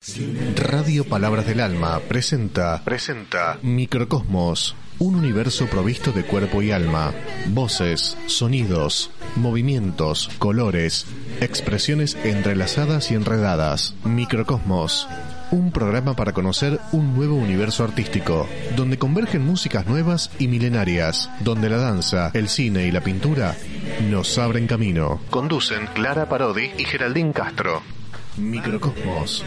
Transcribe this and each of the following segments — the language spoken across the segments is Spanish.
Radio Palabras del Alma presenta Microcosmos, un universo provisto de cuerpo y alma, voces, sonidos, movimientos, colores, expresiones entrelazadas y enredadas. Microcosmos, un programa para conocer un nuevo universo artístico, donde convergen músicas nuevas y milenarias, donde la danza, el cine y la pintura nos abren camino. Conducen Clara Parodi y Geraldine Castro. Microcosmos.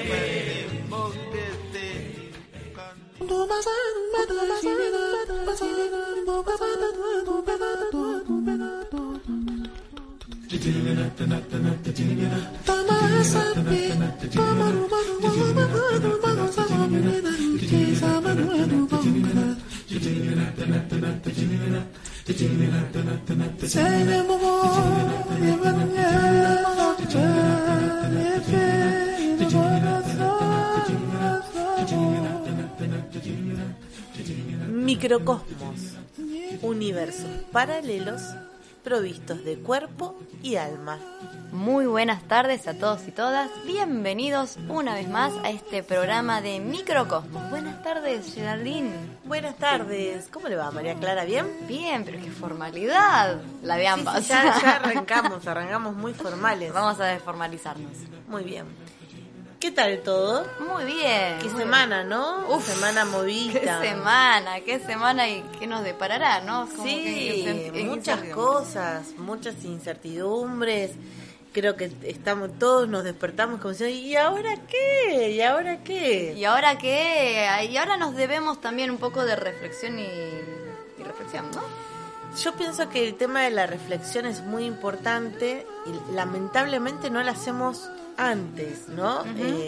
Microcosmos, universos paralelos provistos de cuerpo y alma. Muy buenas tardes a todos y todas, bienvenidos una vez más a este programa de Microcosmos. Buenas tardes, Geraldine. Buenas tardes, ¿cómo le va, María Clara? ¿Bien? Bien, pero qué formalidad la de ambas. Sí, ya arrancamos muy formales. Vamos a desformalizarnos. Muy bien. ¿Qué tal todo? Muy bien. Qué semana, ¿no? Semana movida. Qué semana y qué nos deparará, ¿no? Como sí, muchas cosas, muchas incertidumbres. Creo que todos nos despertamos como diciendo, ¿y ahora qué? ¿Y ahora qué? ¿Y ahora qué? Y ahora nos debemos también un poco de reflexión y reflexión, ¿no? Yo pienso que el tema de la reflexión es muy importante y lamentablemente no la hacemos antes, ¿no?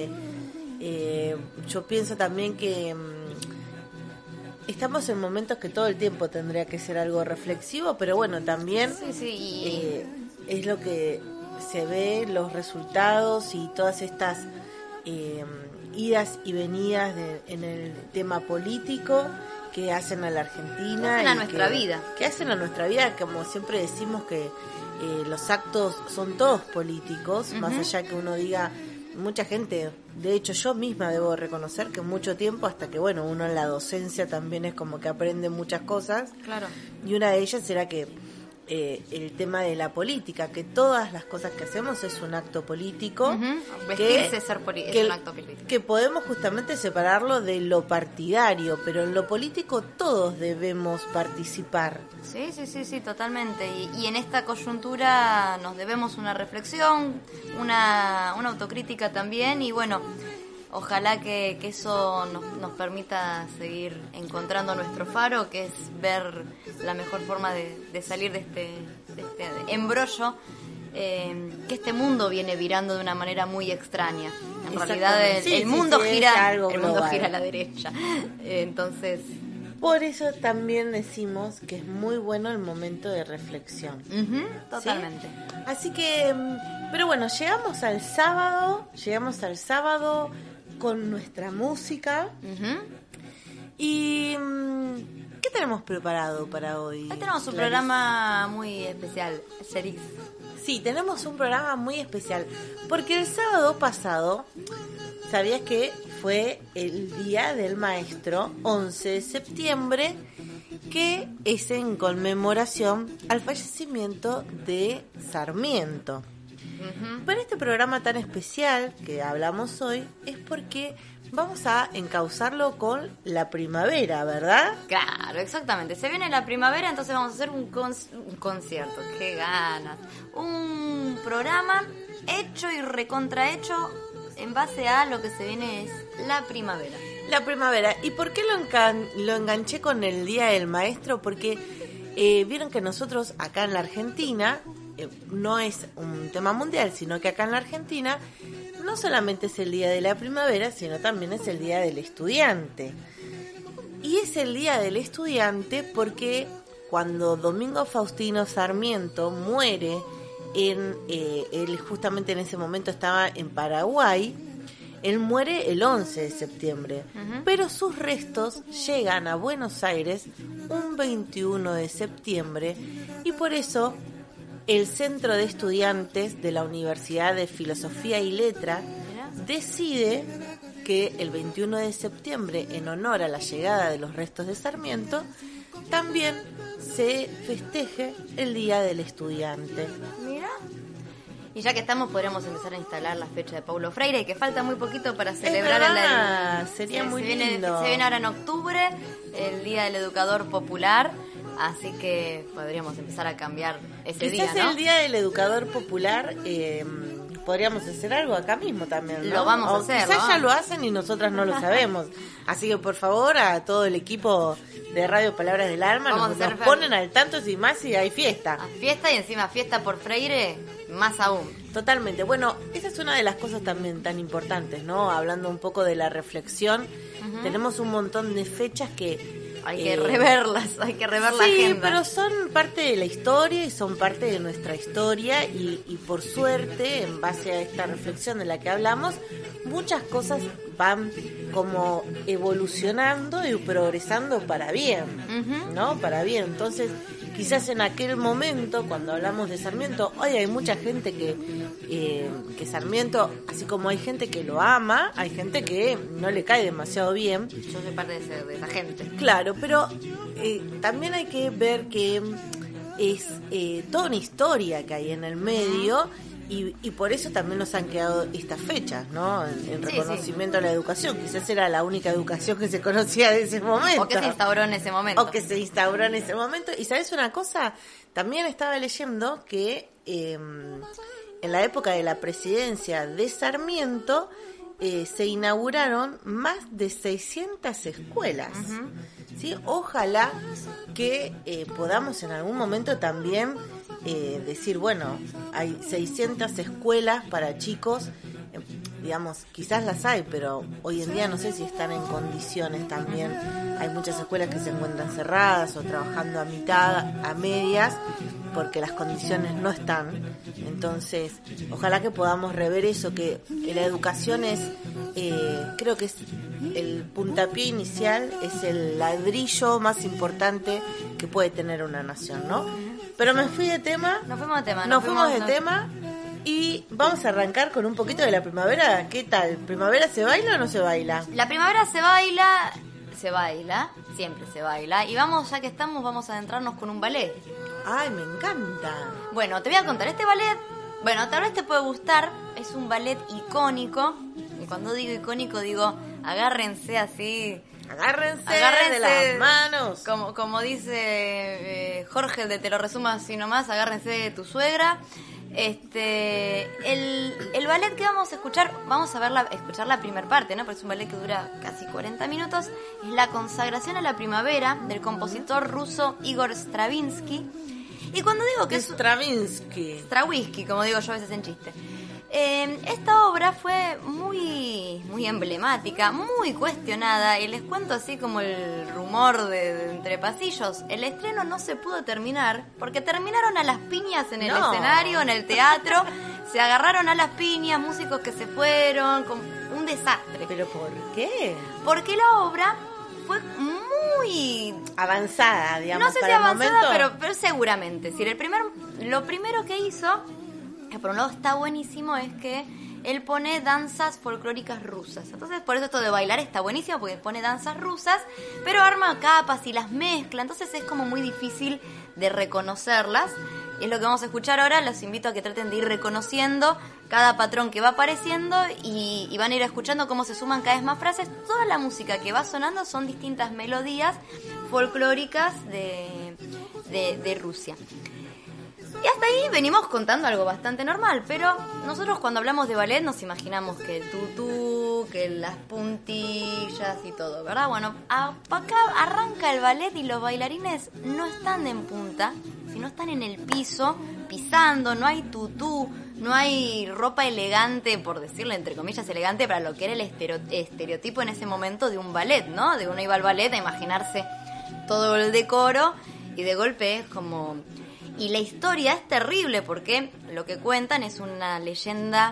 Uh-huh. Yo pienso también que estamos en momentos que todo el tiempo tendría que ser algo reflexivo, pero bueno, también es lo que se ve, los resultados y todas estas idas y venidas en el tema político que hacen a la Argentina. Que hacen a nuestra vida. Que hacen a nuestra vida, como siempre decimos que los actos son todos políticos, uh-huh. Más allá que uno diga, mucha gente, de hecho yo misma debo reconocer que mucho tiempo, hasta que bueno, uno en la docencia también es como que aprende muchas cosas, claro. Y una de ellas era que el tema de la política, que todas las cosas que hacemos es un acto político, uh-huh. Vestirse es un acto político, que podemos justamente separarlo de lo partidario, pero en lo político todos debemos participar. Sí, totalmente. Y en esta coyuntura nos debemos una reflexión, una autocrítica también, y bueno, ojalá que eso nos permita seguir encontrando nuestro faro, que es ver la mejor forma de salir de este embrollo, que este mundo viene virando de una manera muy extraña. En realidad el mundo gira a la derecha. Entonces, por eso también decimos que es muy bueno el momento de reflexión. Uh-huh, totalmente. ¿Sí? Así que, pero bueno, llegamos al sábado con nuestra música. Uh-huh. ¿Y qué tenemos preparado para hoy? Hoy tenemos un programa muy especial, Ceris. Sí, tenemos un programa muy especial, porque el sábado pasado, ¿sabías que fue el Día del Maestro, 11 de septiembre, que es en conmemoración al fallecimiento de Sarmiento? Uh-huh. Pero este programa tan especial que hablamos hoy es porque vamos a encauzarlo con la primavera, ¿verdad? Claro, exactamente. Se viene la primavera, entonces vamos a hacer un concierto. ¡Qué ganas! Un programa hecho y recontrahecho en base a lo que se viene es la primavera. La primavera. ¿Y por qué lo enganché con el Día del Maestro? Porque vieron que nosotros acá en la Argentina, no es un tema mundial, sino que acá en la Argentina no solamente es el Día de la Primavera, sino también es el Día del Estudiante. Y es el Día del Estudiante porque cuando Domingo Faustino Sarmiento muere, él justamente en ese momento estaba en Paraguay, él muere el 11 de septiembre, uh-huh. Pero sus restos llegan a Buenos Aires un 21 de septiembre y por eso el Centro de Estudiantes de la Universidad de Filosofía y Letra decide que el 21 de septiembre, en honor a la llegada de los restos de Sarmiento, también se festeje el Día del Estudiante. Mira. Y ya que estamos, podríamos empezar a instalar la fecha de Paulo Freire, que falta muy poquito para celebrar sería muy lindo. Se viene ahora en octubre, el Día del Educador Popular, así que podríamos empezar a cambiar ese día, ¿no? Quizás el Día del Educador Popular podríamos hacer algo acá mismo también, ¿no? Lo vamos a hacer. Quizás ya lo hacen y nosotras no lo sabemos. Así que por favor a todo el equipo de Radio Palabras del Alma nos ponen al tanto si más si hay fiesta. Fiesta y encima fiesta por Freire, más aún. Totalmente. Bueno, esa es una de las cosas también tan importantes, ¿no? Hablando un poco de la reflexión, tenemos un montón de fechas que hay que reverlas, hay que rever la agenda. Sí, pero son parte de la historia y son parte de nuestra historia y por suerte, en base a esta reflexión de la que hablamos, muchas cosas van como evolucionando y progresando para bien, ¿no? Para bien. Entonces, quizás en aquel momento, cuando hablamos de Sarmiento, hoy hay mucha gente que Sarmiento, así como hay gente que lo ama, hay gente que no le cae demasiado bien. Yo soy parte de esa gente. Claro, pero también hay que ver que es toda una historia que hay en el medio. Y por eso también nos han quedado estas fechas, ¿no? En reconocimiento a la educación. Quizás era la única educación que se conocía de ese momento. O que se instauró en ese momento. Y ¿sabes una cosa? También estaba leyendo que en la época de la presidencia de Sarmiento se inauguraron más de 600 escuelas. ¿Sí? Ojalá que podamos en algún momento también decir, bueno, hay 600 escuelas para chicos, digamos, quizás las hay, pero hoy en día no sé si están en condiciones también. Hay muchas escuelas que se encuentran cerradas o trabajando a mitad, a medias, porque las condiciones no están. Entonces, ojalá que podamos rever eso, que la educación es, creo que es el puntapié inicial, es el ladrillo más importante que puede tener una nación, ¿no? Pero me fui de tema. Nos fuimos de tema. Y vamos a arrancar con un poquito de la primavera. ¿Qué tal? ¿Primavera se baila o no se baila? La primavera se baila, siempre se baila. Y vamos, ya que estamos, vamos a adentrarnos con un ballet. ¡Ay, me encanta! Bueno, te voy a contar, este ballet, bueno, tal vez te puede gustar, es un ballet icónico. Y cuando digo icónico, digo, agárrense así... Agárrense de las manos. Como dice Jorge, el de Te lo resumo así nomás, agárrense de tu suegra. El ballet que vamos a escuchar, vamos a escuchar la primer parte, ¿no? Porque es un ballet que dura casi 40 minutos. Es la consagración a la primavera del compositor ruso Igor Stravinsky. Y cuando digo que Stravinsky, como digo yo a veces en chiste. Esta obra fue muy emblemática, muy cuestionada, y les cuento así como el rumor de entre pasillos. El estreno no se pudo terminar porque terminaron a las piñas en el escenario, en el teatro. Se agarraron a las piñas, músicos que se fueron, un desastre. ¿Pero por qué? Porque la obra fue muy avanzada, digamos. No sé si avanzada, pero seguramente. Si lo primero que hizo, que por un lado está buenísimo, es que él pone danzas folclóricas rusas. Entonces, por eso esto de bailar está buenísimo, porque pone danzas rusas, pero arma capas y las mezcla. Entonces es como muy difícil de reconocerlas. Y es lo que vamos a escuchar ahora. Los invito a que traten de ir reconociendo cada patrón que va apareciendo y van a ir escuchando cómo se suman cada vez más frases. Toda la música que va sonando son distintas melodías folclóricas de Rusia. Y hasta ahí venimos contando algo bastante normal, pero nosotros cuando hablamos de ballet nos imaginamos que el tutú, que las puntillas y todo, ¿verdad? Bueno, acá arranca el ballet y los bailarines no están en punta, sino están en el piso, pisando, no hay tutú, no hay ropa elegante, por decirlo entre comillas elegante, para lo que era el estereotipo en ese momento de un ballet, ¿no? De uno iba al ballet a imaginarse todo el decoro y de golpe es como... Y la historia es terrible porque lo que cuentan es una leyenda,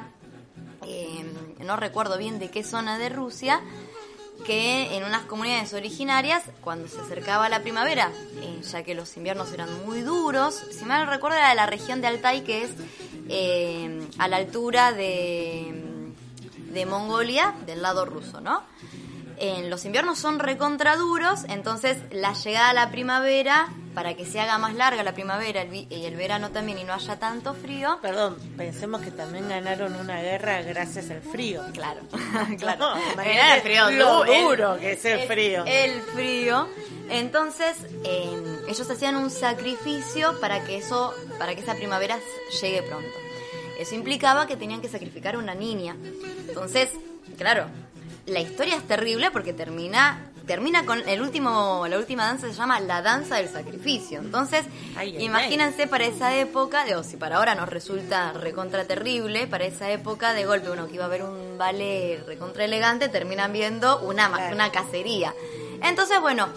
no recuerdo bien de qué zona de Rusia, que en unas comunidades originarias, cuando se acercaba la primavera, ya que los inviernos eran muy duros, si mal no recuerdo era de la región de Altai, que es a la altura de de Mongolia del lado ruso, ¿no? Los inviernos son recontraduros, entonces la llegada a la primavera, para que se haga más larga la primavera y el verano también y no haya tanto frío. Perdón, pensemos que también ganaron una guerra gracias al frío. Claro, claro. No, Era el frío lo duro que es el frío. El frío. Entonces, ellos hacían un sacrificio para que esa primavera llegue pronto. Eso implicaba que tenían que sacrificar a una niña. Entonces, claro, la historia es terrible porque termina con la última danza se llama la danza del sacrificio. Entonces, imagínense para esa época, si para ahora nos resulta recontra terrible, para esa época de golpe uno que iba a ver un ballet recontra elegante, terminan viendo una cacería. Entonces, bueno,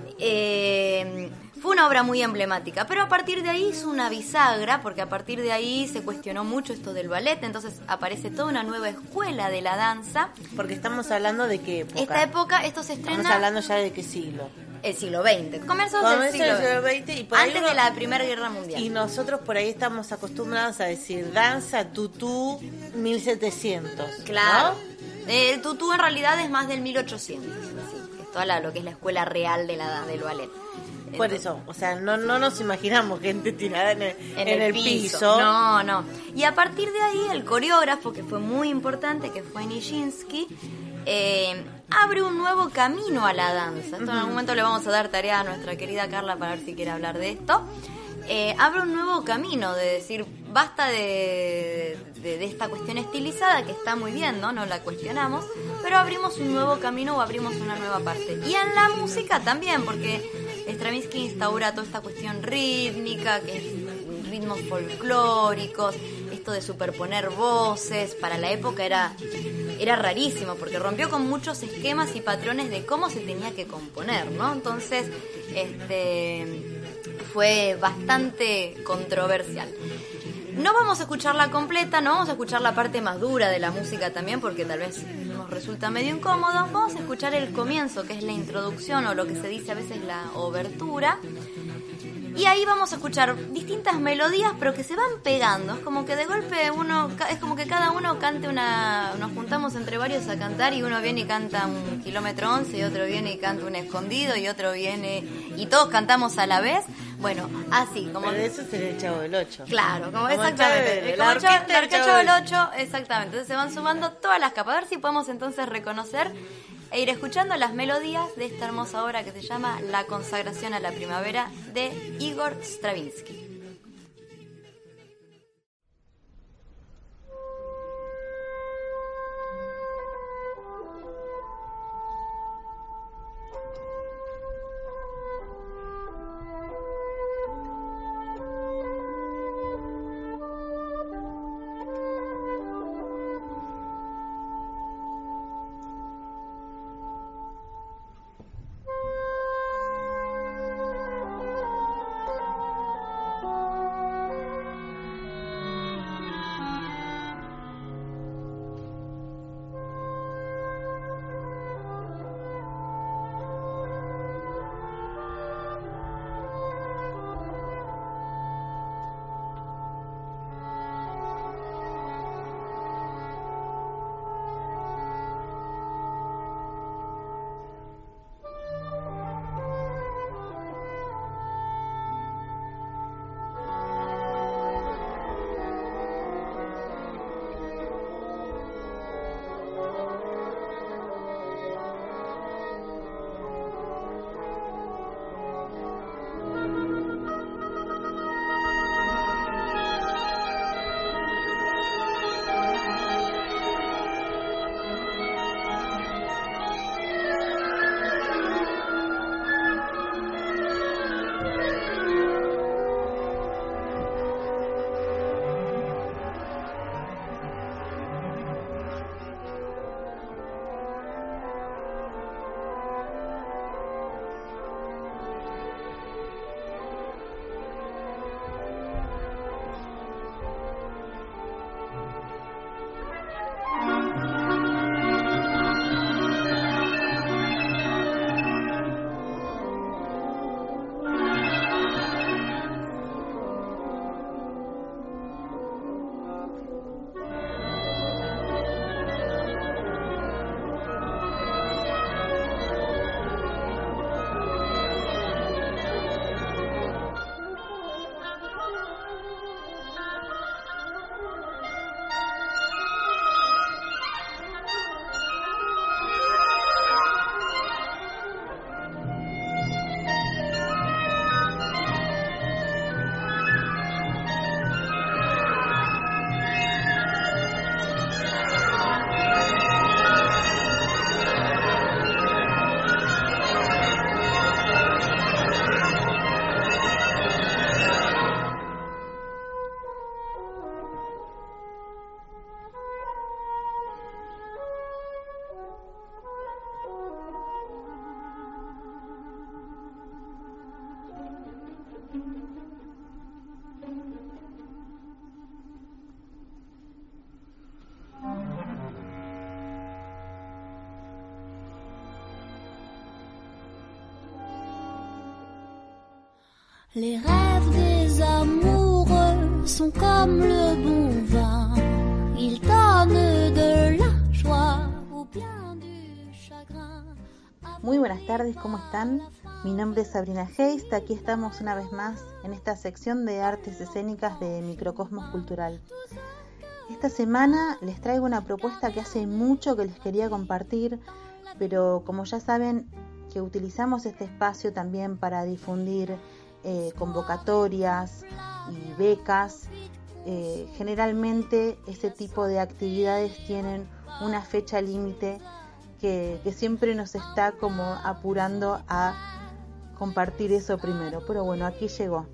fue una obra muy emblemática, pero a partir de ahí hizo una bisagra, porque a partir de ahí se cuestionó mucho esto del ballet, entonces aparece toda una nueva escuela de la danza. Porque estamos hablando de qué época. Esto se estrena... Estamos hablando ya de qué siglo. El siglo XX. Comienzos del siglo XX. Y por antes de la Primera Guerra Mundial. Y nosotros por ahí estamos acostumbrados a decir danza, tutú, 1700. Claro. ¿No? El tutú en realidad es más del 1800. Así, es toda lo que es la escuela real del ballet. Por eso, o sea, no nos imaginamos gente tirada en el piso. No. Y a partir de ahí, el coreógrafo, que fue muy importante, que fue Nijinsky, abre un nuevo camino a la danza. Esto en algún momento le vamos a dar tarea a nuestra querida Carla para ver si quiere hablar de esto. Abre un nuevo camino de decir, basta de esta cuestión estilizada, que está muy bien, ¿no? No la cuestionamos, pero abrimos un nuevo camino o abrimos una nueva parte. Y en la música también, porque Stravinsky instaura toda esta cuestión rítmica, que es ritmos folclóricos, esto de superponer voces. Para la época era rarísimo, porque rompió con muchos esquemas y patrones de cómo se tenía que componer, ¿no? Entonces, fue bastante controversial. No vamos a escucharla completa, no vamos a escuchar la parte más dura de la música también, porque tal vez nos resulta medio incómodo. Vamos a escuchar el comienzo, que es la introducción, o lo que se dice a veces la obertura. Y ahí vamos a escuchar distintas melodías, pero que se van pegando. Es como que de golpe es como que cada uno cante nos juntamos entre varios a cantar, y uno viene y canta un kilómetro 11, y otro viene y canta un escondido, y otro viene y todos cantamos a la vez. Bueno, así como... Pero eso sería el Chavo del 8. Claro, como exactamente. La orquesta del Chavo del 8, exactamente. Entonces se van sumando todas las capas. A ver si podemos entonces reconocer e ir escuchando las melodías de esta hermosa obra que se llama La consagración a la primavera, de Igor Stravinsky. Les rêves des amoureux sont comme le bon vin, ils donnent de la joie ou bien du chagrin. Muy buenas tardes, ¿cómo están? Mi nombre es Sabrina Heist, aquí estamos una vez más en esta sección de artes escénicas de Microcosmos Cultural. Esta semana les traigo una propuesta que hace mucho que les quería compartir, pero como ya saben que utilizamos este espacio también para difundir convocatorias y becas, generalmente ese tipo de actividades tienen una fecha límite que siempre nos está como apurando a compartir eso primero, pero bueno, aquí llegó.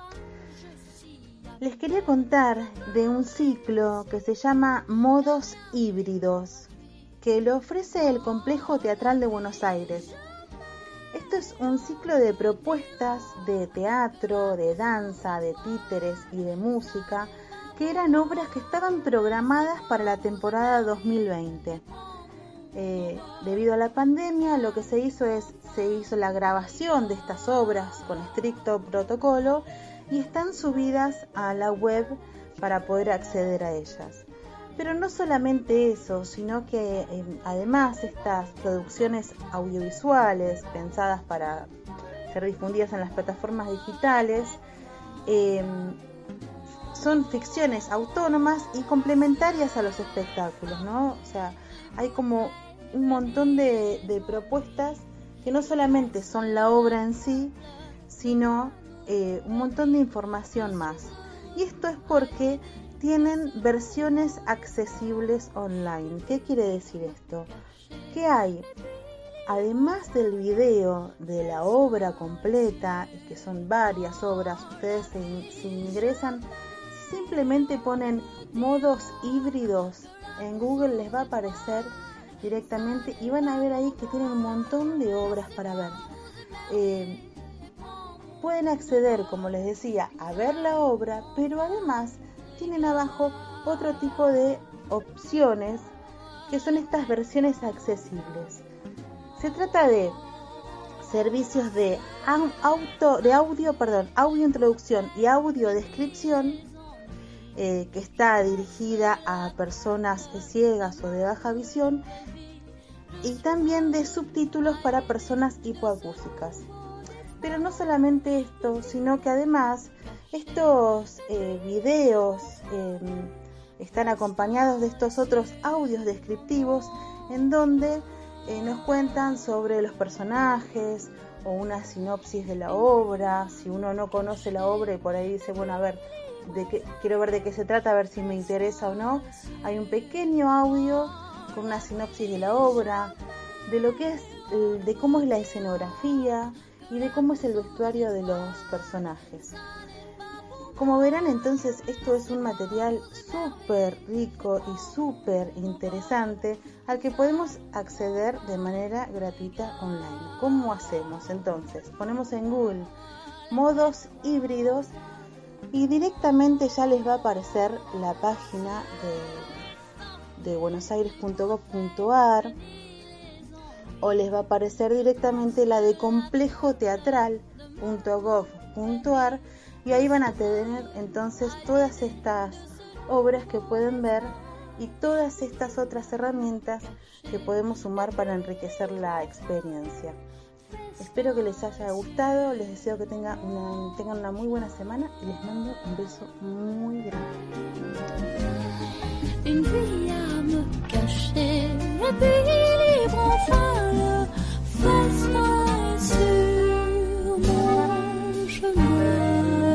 Les quería contar de un ciclo que se llama Modos Híbridos, que lo ofrece el Complejo Teatral de Buenos Aires. Esto es un ciclo de propuestas de teatro, de danza, de títeres y de música, que eran obras que estaban programadas para la temporada 2020. Debido a la pandemia, lo que se hizo la grabación de estas obras con estricto protocolo y están subidas a la web para poder acceder a ellas. Pero no solamente eso, sino que además estas producciones audiovisuales pensadas para ser difundidas en las plataformas digitales son ficciones autónomas y complementarias a los espectáculos, ¿no? O sea, hay como un montón de propuestas que no solamente son la obra en sí, sino un montón de información más. Y esto es porque tienen versiones accesibles online. ¿Qué quiere decir esto? Que hay, además del video de la obra completa, y que son varias obras, ustedes se ingresan, simplemente ponen modos híbridos en Google, les va a aparecer directamente y van a ver ahí que tienen un montón de obras para ver. Pueden acceder, como les decía, a ver la obra, pero además tienen abajo otro tipo de opciones que son estas versiones accesibles. Se trata de servicios de audio introducción y audio descripción, que está dirigida a personas ciegas o de baja visión, y también de subtítulos para personas hipoacúsicas. Pero no solamente esto, sino que además estos videos están acompañados de estos otros audios descriptivos en donde nos cuentan sobre los personajes o una sinopsis de la obra. Si uno no conoce la obra y por ahí dice, bueno, a ver, quiero ver de qué se trata, a ver si me interesa o no, hay un pequeño audio con una sinopsis de la obra, de lo que es, de cómo es la escenografía y de cómo es el vestuario de los personajes. Como verán, entonces, esto es un material súper rico y súper interesante al que podemos acceder de manera gratuita online. ¿Cómo hacemos? Entonces, ponemos en Google modos híbridos y directamente ya les va a aparecer la página de buenosaires.gov.ar, o les va a aparecer directamente la de complejoteatral.gov.ar, y ahí van a tener entonces todas estas obras que pueden ver y todas estas otras herramientas que podemos sumar para enriquecer la experiencia. Espero que les haya gustado, les deseo que tengan una muy buena semana y les mando un beso muy grande. Une vie à me cacher, et puis libre enfin le festin est sur mon chemin.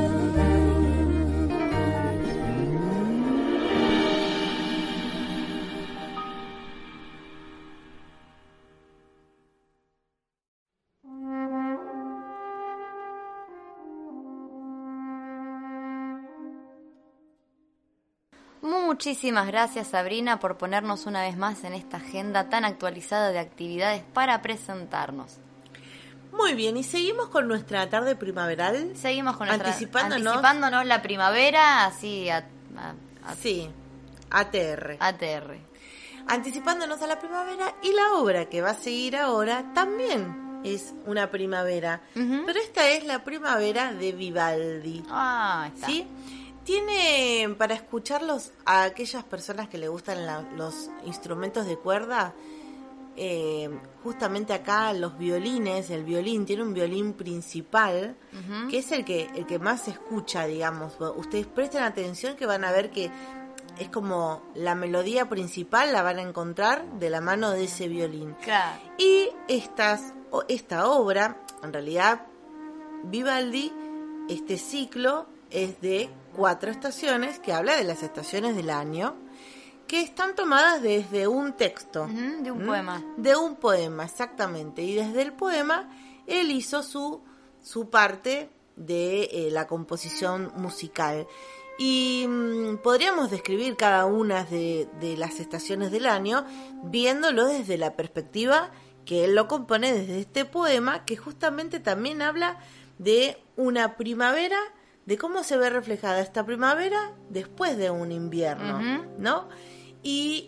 Muchísimas gracias, Sabrina, por ponernos una vez más en esta agenda tan actualizada de actividades para presentarnos. Muy bien, y seguimos con nuestra tarde primaveral. Seguimos con anticipándonos la primavera, así sí, ATR. ATR. Anticipándonos a la primavera, y la obra que va a seguir ahora también es una primavera, pero esta es la primavera de Vivaldi. Está. ¿Sí? Tiene, para escucharlos a aquellas personas que le gustan los instrumentos de cuerda, justamente acá los violines, el violín tiene un violín principal, que es el que más se escucha, digamos. Ustedes presten atención que van a ver que es como la melodía principal la van a encontrar de la mano de ese violín. Claro. Y esta obra, en realidad, Vivaldi, este ciclo es de 4 estaciones, que habla de las estaciones del año, que están tomadas desde un texto. De un poema. De un poema, exactamente. Y desde el poema, él hizo su parte de la composición musical. Y podríamos describir cada una de las estaciones del año viéndolo desde la perspectiva que él lo compone desde este poema, que justamente también habla de una primavera, de cómo se ve reflejada esta primavera después de un invierno, ¿no? Y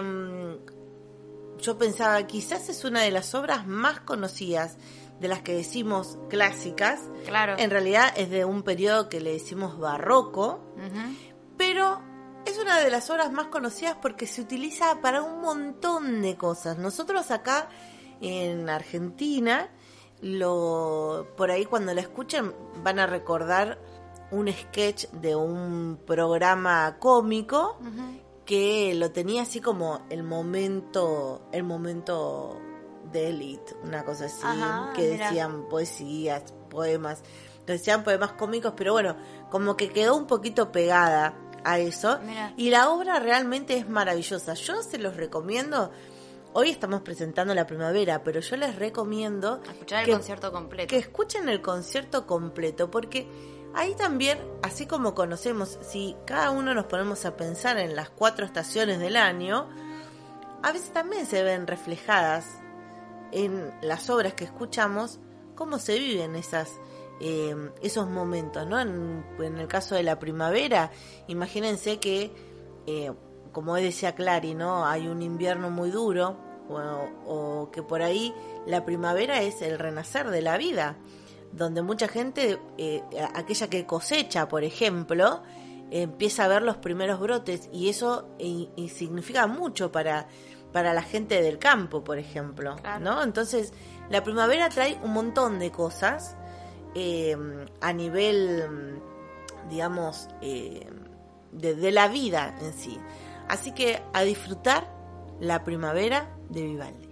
yo pensaba, quizás es una de las obras más conocidas, de las que decimos clásicas. Claro. En realidad es de un periodo que le decimos barroco, pero es una de las obras más conocidas porque se utiliza para un montón de cosas. Nosotros acá en Argentina, por ahí cuando la escuchen van a recordar un sketch de un programa cómico que lo tenía así como el momento de élite, una cosa así, que decían poesías, poemas, decían poemas cómicos, pero bueno, como que quedó un poquito pegada a eso. Mirá. Y la obra realmente es maravillosa. Yo se los recomiendo. Hoy estamos presentando la primavera, pero yo les recomiendo escuchar el concierto completo. Que escuchen el concierto completo, porque ahí también, así como conocemos, si cada uno nos ponemos a pensar en las 4 estaciones del año, a veces también se ven reflejadas en las obras que escuchamos cómo se viven esos momentos, ¿no? En el caso de la primavera, imagínense que, como decía Clary, ¿no? Hay un invierno muy duro, o que por ahí la primavera es el renacer de la vida, donde mucha gente, aquella que cosecha, por ejemplo, empieza a ver los primeros brotes, y eso significa mucho para la gente del campo, por ejemplo, claro, ¿no? Entonces, la primavera trae un montón de cosas a nivel, digamos, de la vida en sí. Así que a disfrutar la primavera de Vivaldi.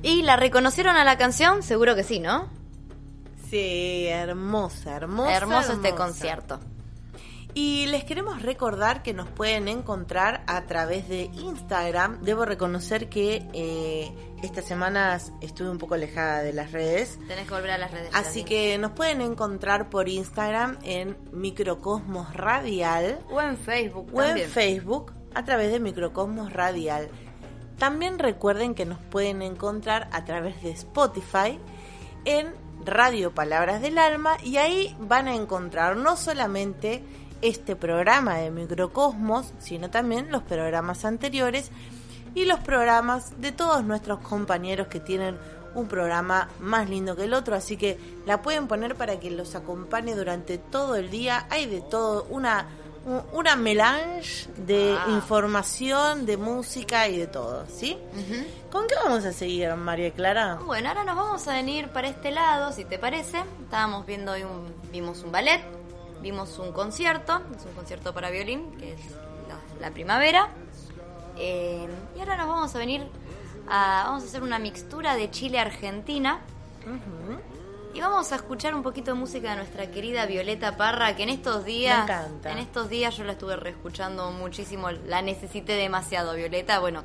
¿Y la reconocieron a la canción? Seguro que sí, ¿no? Sí, hermosa. Hermoso este concierto. Y les queremos recordar que nos pueden encontrar a través de Instagram. Debo reconocer que estas semanas estuve un poco alejada de las redes. Tenés que volver a las redes. Así que nos pueden encontrar por Instagram en Microcosmos Radial. O en Facebook O también. en Facebook a través de Microcosmos Radial. También recuerden que nos pueden encontrar a través de Spotify en Radio Palabras del Alma. Y ahí van a encontrar no solamente este programa de Microcosmos, sino también los programas anteriores y los programas de todos nuestros compañeros que tienen un programa más lindo que el otro, así que la pueden poner para que los acompañe durante todo el día. Hay de todo, una melange de información, de música y de todo, ¿sí? Uh-huh. ¿Con qué vamos a seguir, María Clara? Bueno, ahora nos vamos a venir para este lado, si te parece. Estábamos viendo hoy vimos un ballet. Vimos un concierto, es un concierto para violín, que es la primavera. Y ahora nos vamos a venir vamos a hacer una mixtura de Chile-Argentina. Uh-huh. Y vamos a escuchar un poquito de música de nuestra querida Violeta Parra, que en estos días... Me encanta. En estos días yo la estuve reescuchando muchísimo, la necesité demasiado, Violeta. Bueno,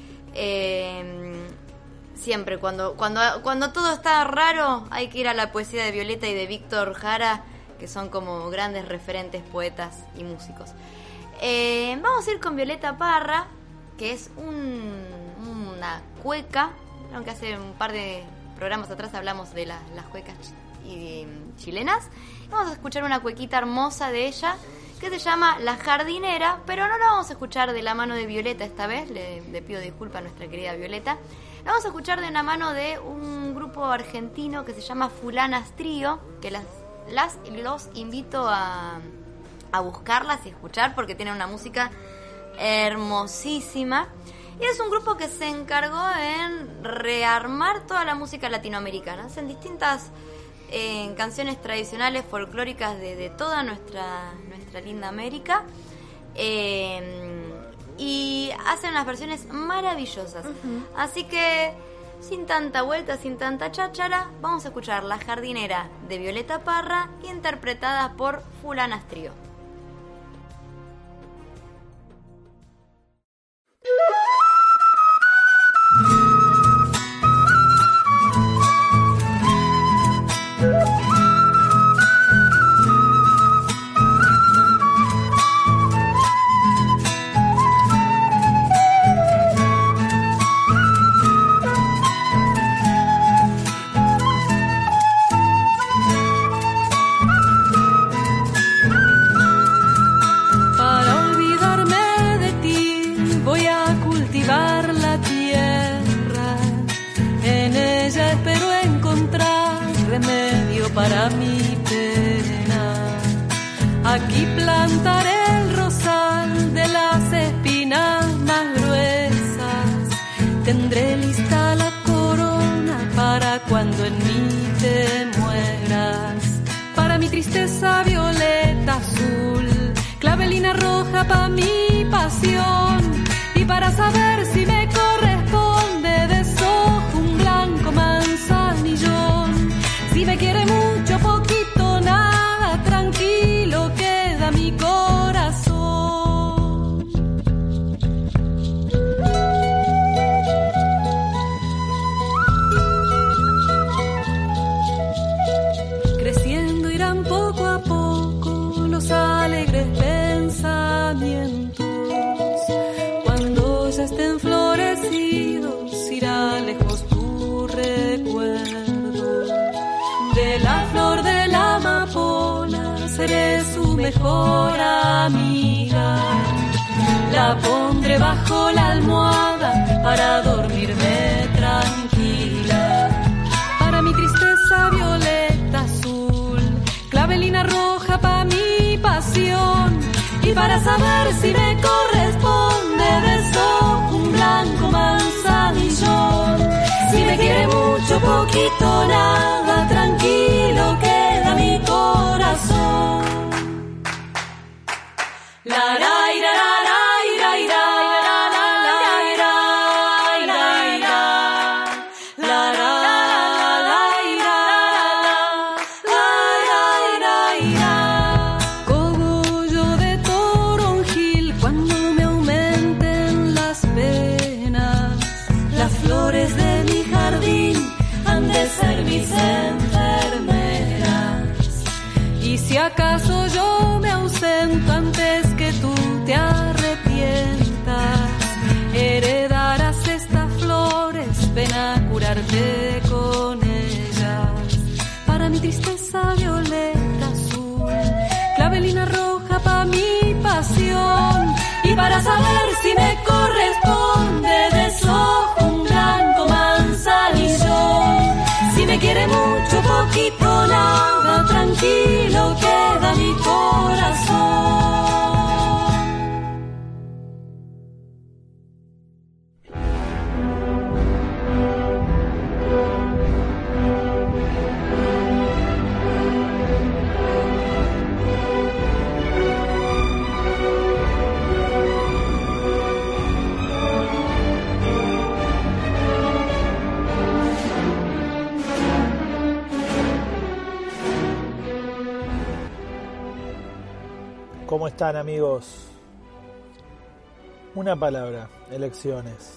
siempre cuando todo está raro hay que ir a la poesía de Violeta y de Víctor Jara, que son como grandes referentes poetas y músicos. Vamos a ir con Violeta Parra, que es una cueca, aunque hace un par de programas atrás hablamos de las cuecas chilenas. Vamos a escuchar una cuequita hermosa de ella, que se llama La Jardinera, pero no la vamos a escuchar de la mano de Violeta esta vez, le pido disculpas a nuestra querida Violeta. La vamos a escuchar de la mano de un grupo argentino que se llama Fulanas Trío, que los invito a buscarlas y escuchar porque tienen una música hermosísima. Y es un grupo que se encargó en rearmar toda la música latinoamericana. Hacen distintas canciones tradicionales folclóricas de toda nuestra linda América. Y hacen unas versiones maravillosas. Uh-huh. Así que, sin tanta vuelta, sin tanta cháchara, vamos a escuchar La Jardinera de Violeta Parra, interpretada por Fulanas Trío. Para mi pena, aquí plantaré el rosal de las espinas más gruesas. Tendré lista la corona para cuando en mí te mueras. Para mi tristeza violeta azul, clavelina roja para mi pasión. Y para saber si me corresponde desojo un blanco manzanillón. Si me quiere mucho, poquito, nada, tranquilo queda mi corazón. Creciendo irán poco a poco los alegres pensamientos. Cuando ya estén florecidos, irá lejos tu recuerdo. De la flor de la amapola seré su mejor amiga. La pondré bajo la almohada para dormirme tranquila. Para mi tristeza violeta azul, clavelina roja para mi pasión. Y para saber si me corresponde desojo un blanco manzanillón. Si me quiere mucho, poquito, nada, tranquilo queda mi corazón. La la la la la la la la la la la la la ver si me corresponde desojo un blanco manzanillo. Si me quiere mucho, poquito, nada, tranquilo queda mi corazón. ¿Cómo están, amigos? Una palabra: elecciones.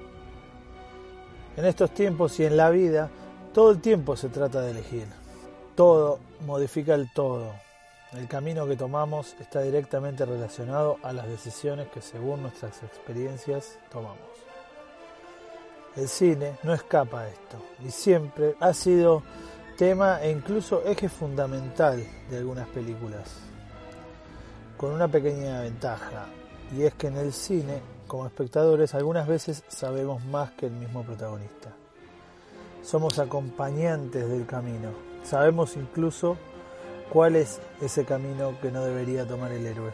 En estos tiempos y en la vida, todo el tiempo se trata de elegir. Todo modifica el todo. El camino que tomamos está directamente relacionado a las decisiones que, según nuestras experiencias, tomamos. El cine no escapa a esto y siempre ha sido tema e incluso eje fundamental de algunas películas. Con una pequeña ventaja, y es que en el cine, como espectadores, algunas veces sabemos más que el mismo protagonista. Somos acompañantes del camino, sabemos incluso cuál es ese camino que no debería tomar el héroe,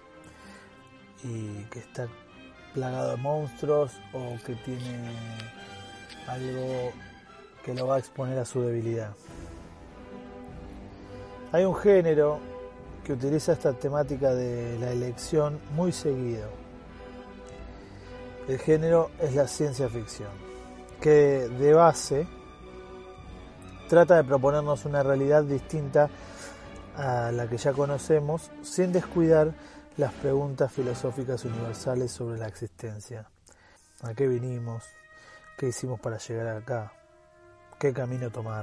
y que está plagado de monstruos o que tiene algo que lo va a exponer a su debilidad. Hay un género que utiliza esta temática de la elección muy seguido. El género es la ciencia ficción, que de base trata de proponernos una realidad distinta a la que ya conocemos, sin descuidar las preguntas filosóficas universales sobre la existencia. ¿A qué vinimos? ¿Qué hicimos para llegar acá? ¿Qué camino tomar?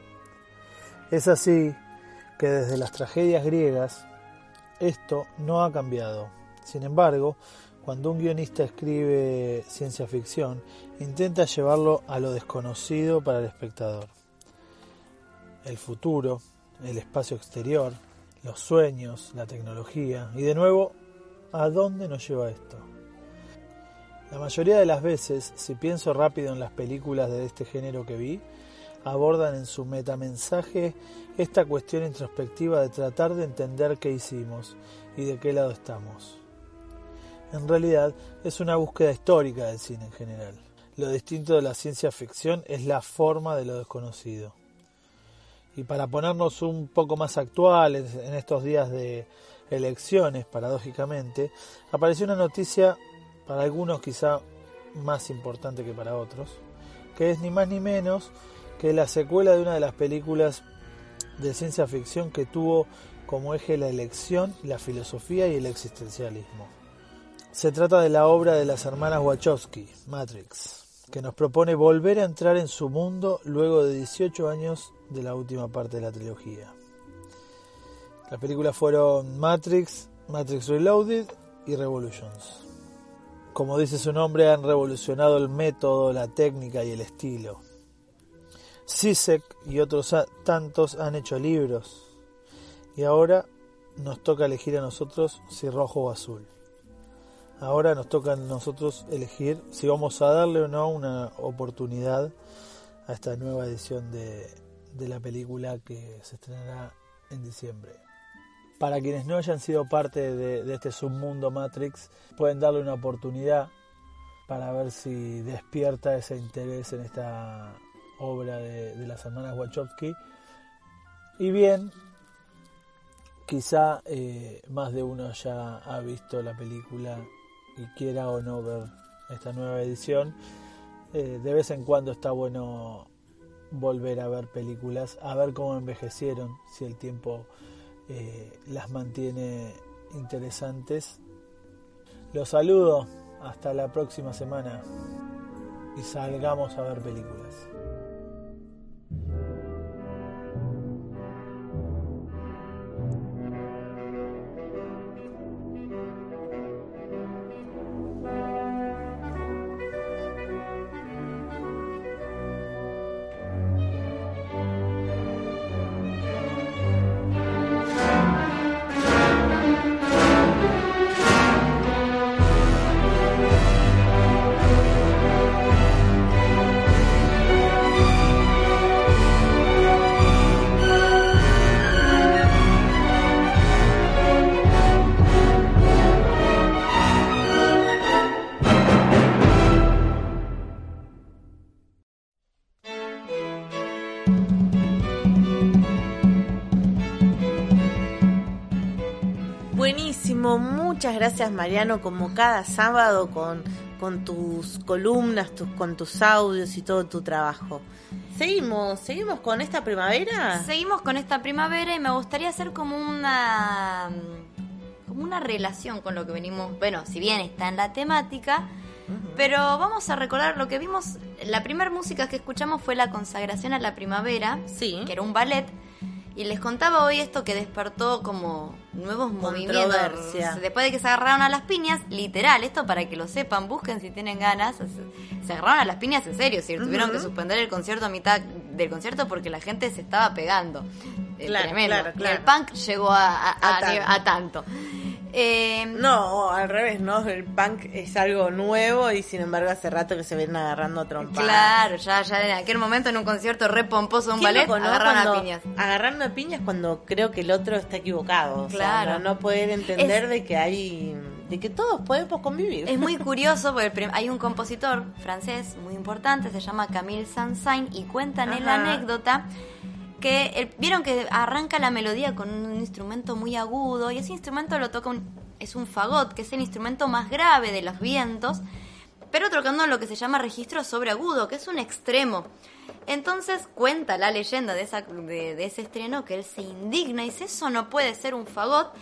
Es así que desde las tragedias griegas esto no ha cambiado. Sin embargo, cuando un guionista escribe ciencia ficción, intenta llevarlo a lo desconocido para el espectador. El futuro, el espacio exterior, los sueños, la tecnología y de nuevo, ¿a dónde nos lleva esto? La mayoría de las veces, si pienso rápido en las películas de este género que vi, abordan en su metamensaje esta cuestión introspectiva de tratar de entender qué hicimos y de qué lado estamos. En realidad es una búsqueda histórica del cine en general. Lo distinto de la ciencia ficción es la forma de lo desconocido. Y para ponernos un poco más actuales en estos días de elecciones, paradójicamente, apareció una noticia para algunos quizá más importante que para otros, que es ni más ni menos que la secuela de una de las películas de ciencia ficción que tuvo como eje la elección, la filosofía y el existencialismo. Se trata de la obra de las hermanas Wachowski, Matrix, que nos propone volver a entrar en su mundo luego de 18 años de la última parte de la trilogía. Las películas fueron Matrix, Matrix Reloaded y Revolutions. Como dice su nombre, han revolucionado el método, la técnica y el estilo. Zizek y otros tantos han hecho libros y ahora nos toca elegir a nosotros si rojo o azul. Ahora nos toca a nosotros elegir si vamos a darle o no una oportunidad a esta nueva edición de la película que se estrenará en diciembre. Para quienes no hayan sido parte de este submundo Matrix, pueden darle una oportunidad para ver si despierta ese interés en esta obra de las hermanas Wachowski. Y bien, quizá más de uno ya ha visto la película y quiera o no ver esta nueva edición. De vez en cuando está bueno volver a ver películas, a ver cómo envejecieron, si el tiempo las mantiene interesantes. Los saludo, hasta la próxima semana y salgamos a ver películas. Muchas gracias, Mariano, como cada sábado con tus columnas, con tus audios y todo tu trabajo. ¿Seguimos con esta primavera? Seguimos con esta primavera y me gustaría hacer como una relación con lo que venimos, bueno, si bien está en la temática, pero vamos a recordar lo que vimos. La primera música que escuchamos fue la consagración a la primavera, sí, que era un ballet, y les contaba hoy esto que despertó como nuevos movimientos después de que se agarraron a las piñas, literal, esto para que lo sepan, busquen si tienen ganas, se agarraron a las piñas en serio, si tuvieron que suspender el concierto a mitad del concierto porque la gente se estaba pegando. Tremendo. Claro. Y el punk llegó a tanto. No, al revés, ¿no? El punk es algo nuevo y sin embargo hace rato que se vienen agarrando a trompadas. Claro, ya en aquel momento en un concierto re pomposo de un ballet, agarraron a piñas. Agarrando a piñas cuando creo que el otro está equivocado. Claro. O sea, no poder entender de que todos podemos convivir. Es muy curioso porque hay un compositor francés muy importante, se llama Camille Saint-Saëns, y cuentan en la anécdota que vieron que arranca la melodía con un instrumento muy agudo y ese instrumento lo toca es un fagot, que es el instrumento más grave de los vientos, pero tocando lo que se llama registro sobreagudo, que es un extremo. Entonces cuenta la leyenda de ese estreno que él se indigna y dice, eso no puede ser un fagot,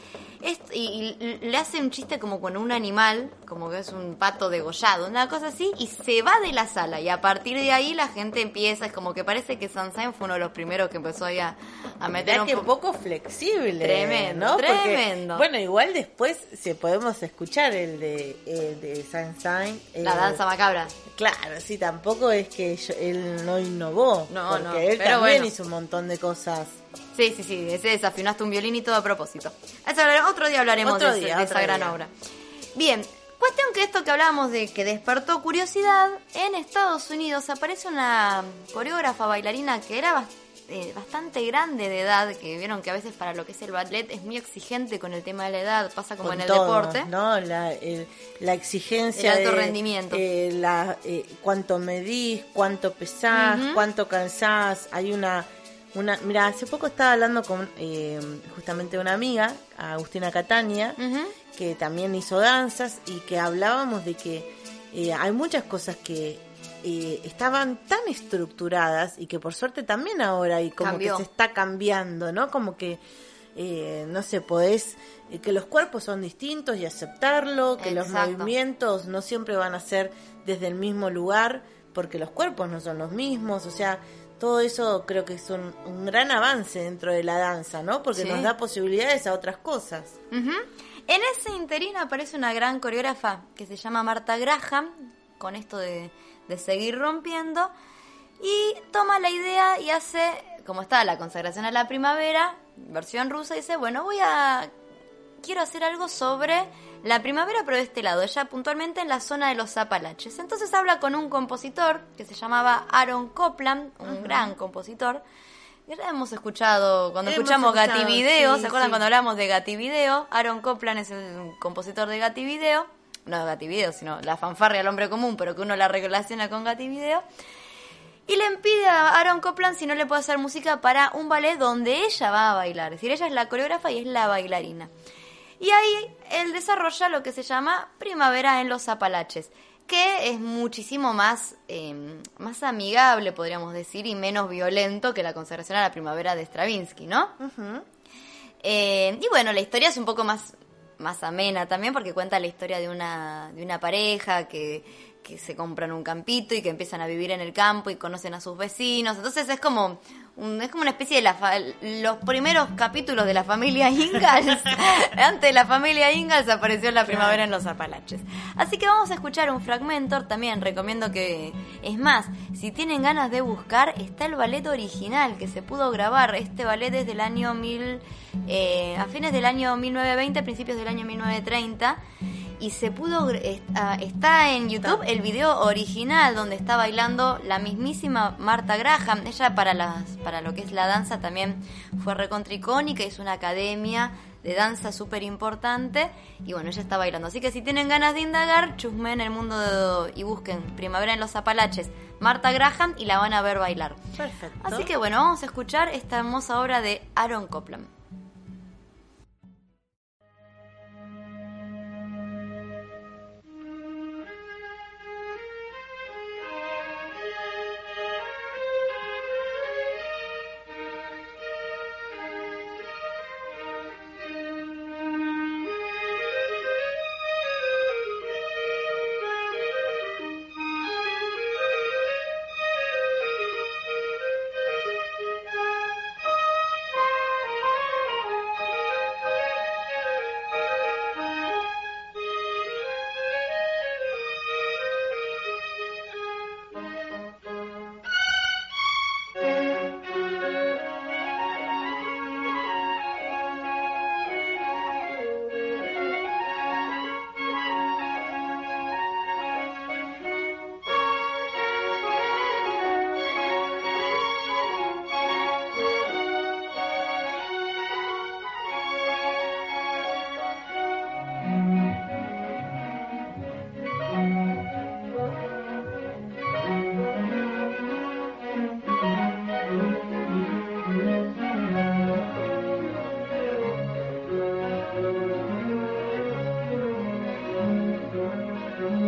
y le hace un chiste como con un animal, como que es un pato degollado, una cosa así, y se va de la sala, y a partir de ahí la gente empieza, es como que parece que Saint-Saëns fue uno de los primeros que empezó ahí a meter un poco flexible. Tremendo, ¿no? tremendo. Porque, bueno, igual después podemos escuchar el de Saint-Saëns. La danza macabra. Claro, sí, tampoco es que él no innovó, porque él también hizo un montón de cosas. Sí, ese desafinó hasta un violín y todo a propósito. Otro día hablaremos de esa gran obra. Bien, cuestión que esto que hablábamos de que despertó curiosidad, en Estados Unidos aparece una coreógrafa bailarina que era bastante grande de edad, que vieron que a veces para lo que es el ballet es muy exigente con el tema de la edad, pasa como en el deporte, ¿no? La exigencia, el alto rendimiento, cuánto medís, cuánto pesás, cuánto cansás. Hay mira, hace poco estaba hablando con justamente una amiga, Agustina Catania, que también hizo danzas, y que hablábamos de que hay muchas cosas que estaban tan estructuradas y que por suerte también ahora y como cambió. Que se está cambiando, ¿no? Como que no sé, podés que los cuerpos son distintos y aceptarlo, que Exacto. los movimientos no siempre van a ser desde el mismo lugar porque los cuerpos no son los mismos, o sea, todo eso creo que es un gran avance dentro de la danza, ¿no? Porque nos da posibilidades a otras cosas. En ese interín aparece una gran coreógrafa que se llama Martha Graham, con esto de seguir rompiendo, y toma la idea y hace, como está la consagración a la primavera, versión rusa, dice, bueno, quiero hacer algo sobre la primavera, pero de este lado, ella puntualmente en la zona de los Apalaches. Entonces habla con un compositor que se llamaba Aaron Copland, un gran compositor. Ya hemos escuchado, cuando escuchamos Gativideo, ¿se acuerdan cuando hablamos de Gativideo? Aaron Copland es el compositor de Gativideo, no de Gativideo, sino la fanfarria al hombre común, pero que uno la relaciona con Gativideo. Y le pide a Aaron Copland si no le puede hacer música para un ballet donde ella va a bailar. Es decir, ella es la coreógrafa y es la bailarina. Y ahí él desarrolla lo que se llama Primavera en los Apalaches, que es muchísimo más amigable, podríamos decir, y menos violento que la consagración a la primavera de Stravinsky, ¿no? Y bueno, la historia es un poco más amena también, porque cuenta la historia de una pareja que se compran un campito y que empiezan a vivir en el campo y conocen a sus vecinos. Entonces es como una especie de los primeros capítulos de la familia Ingalls. Antes de la familia Ingalls apareció la primavera en los Apalaches. Así que vamos a escuchar un fragmento. También recomiendo que, es más, si tienen ganas de buscar, está el ballet original que se pudo grabar. Este ballet es del año a fines del año 1920, principios del año 1930. Y se pudo, está en YouTube el video original donde está bailando la mismísima Martha Graham. Ella para lo que es la danza también fue recontricónica, hizo una academia de danza súper importante y bueno, ella está bailando. Así que si tienen ganas de indagar, chusmen el mundo y busquen Primavera en los Apalaches, Martha Graham, y la van a ver bailar. Perfecto. Así que bueno, vamos a escuchar esta hermosa obra de Aaron Copland.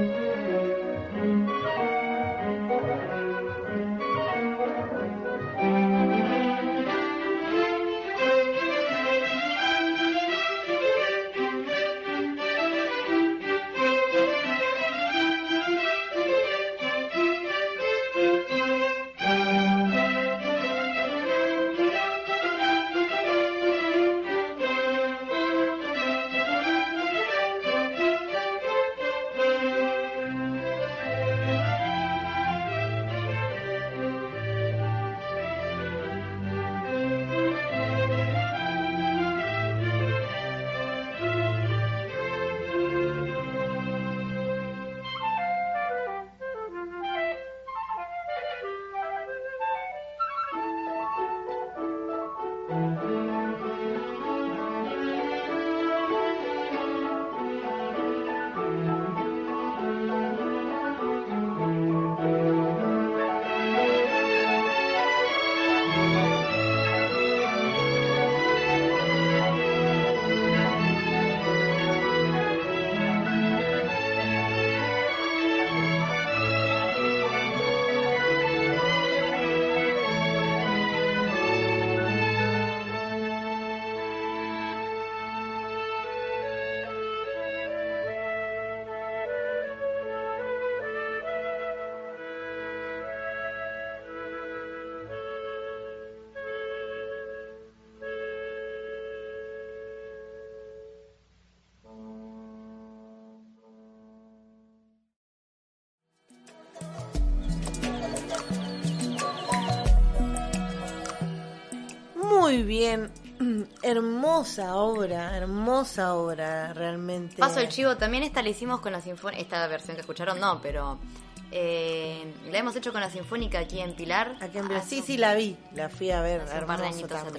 Muy bien, hermosa obra, realmente. Paso el chivo, también esta la hicimos con la sinfónica, esta versión que escucharon no, pero la hemos hecho con la sinfónica aquí en Pilar. Aquí en Pilar. Sí, la vi, la fui a ver, hace un par de hermoso añitos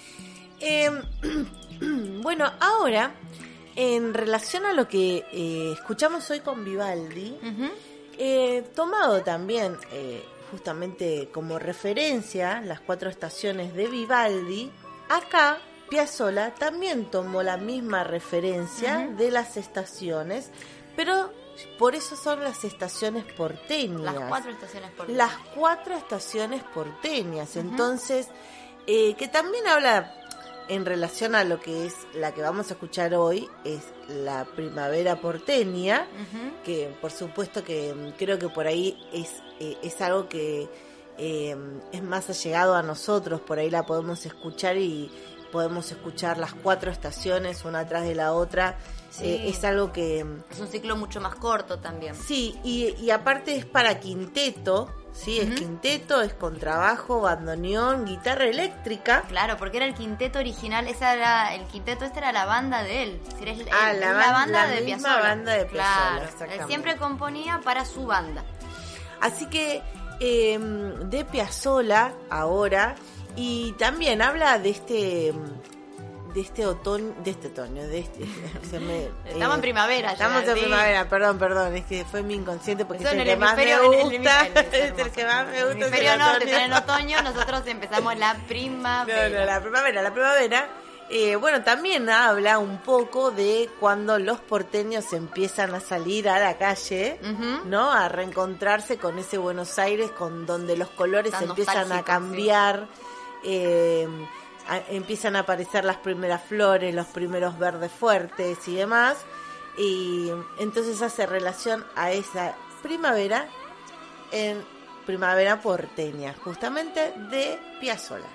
también. Bueno, ahora, en relación a lo que escuchamos hoy con Vivaldi, tomado también justamente como referencia las 4 estaciones de Vivaldi, acá Piazzolla también tomó la misma referencia de las estaciones, pero por eso son las estaciones porteñas. Las 4 estaciones porteñas. Las 4 estaciones porteñas. Entonces, que también habla en relación a lo que es la que vamos a escuchar hoy, es la primavera porteña, que por supuesto que creo que por ahí es algo que es más allegado a nosotros, por ahí la podemos escuchar y podemos escuchar las 4 estaciones una atrás de la otra. Sí. Es algo que... Es un ciclo mucho más corto también. Sí, y aparte es para quinteto, ¿sí? Es quinteto, es contrabajo, bandoneón, guitarra eléctrica. Claro, porque era el quinteto original, el quinteto era la banda de él. La banda de misma Piazzolla. banda de Piazzolla, Claro, él siempre componía para su banda. Así que de Piazzolla ahora, y también habla de este otoño, estamos en primavera. Estamos ya, en ¿sí? primavera, perdón, es que fue mi inconsciente porque eso es el en que más me gusta. Es el que más me gusta. En el hemisferio norte, están en otoño, nosotros empezamos la primavera. No, la primavera. Bueno, también habla un poco de cuando los porteños empiezan a salir a la calle, ¿no? A reencontrarse con ese Buenos Aires, con donde los colores tan empiezan a cambiar, empiezan a aparecer las primeras flores, los primeros verdes fuertes y demás, y entonces hace relación a esa primavera en primavera porteña, justamente de Piazzolla.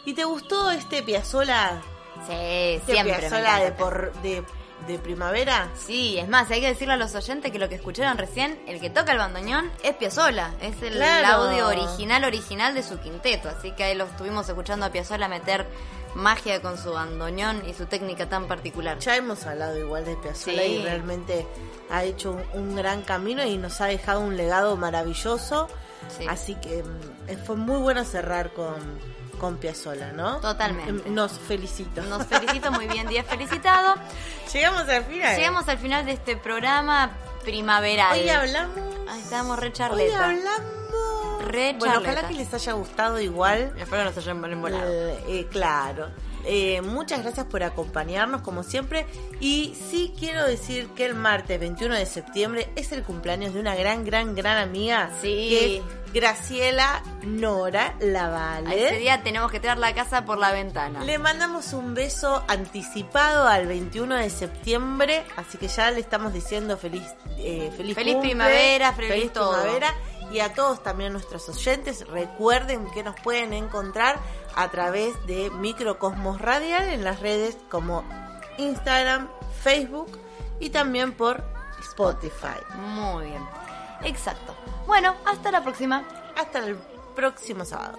¿Y te gustó este Piazzolla? Sí, ¿Este siempre. Piazzolla me encanta. de primavera? Sí, es más, hay que decirle a los oyentes que lo que escucharon recién, el que toca el bandoneón es Piazzolla, es el Claro. audio original de su quinteto, así que ahí lo estuvimos escuchando a Piazzolla meter magia con su bandoneón y su técnica tan particular. Ya hemos hablado igual de Piazzolla Sí. y realmente ha hecho un gran camino y nos ha dejado un legado maravilloso. Sí. Así que fue muy bueno cerrar con Piazzolla, ¿no? Totalmente. Nos felicito. Nos felicito, muy bien, día felicitado. Llegamos al final. Llegamos al final de este programa primaveral. Hoy hablamos. Ahí estábamos re Hoy charleta. hablamos. Re Bueno, charleta. ojalá que les haya gustado igual. Espero que nos hayan embolado. Claro. Muchas gracias por acompañarnos como siempre. Y sí quiero decir que el martes 21 de septiembre es el cumpleaños de una gran amiga. Sí. Que es Graciela Nora A Lavalle. ese día tenemos que tirar la casa por la ventana. Le mandamos un beso anticipado al 21 de septiembre, así que ya le estamos diciendo feliz cumple, primavera, feliz todo. primavera. Y a todos también nuestros oyentes, recuerden que nos pueden encontrar a través de Microcosmos Radial en las redes como Instagram, Facebook y también por Spotify. Muy bien. Exacto. Bueno, hasta la próxima. Hasta el próximo sábado.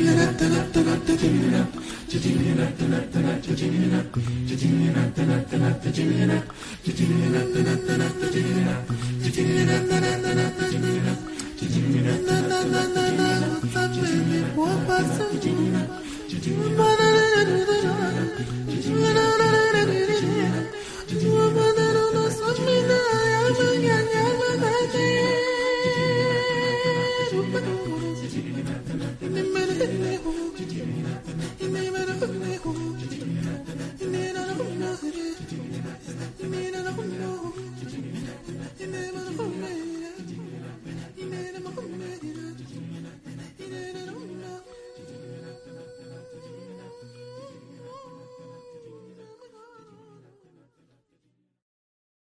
Thank you.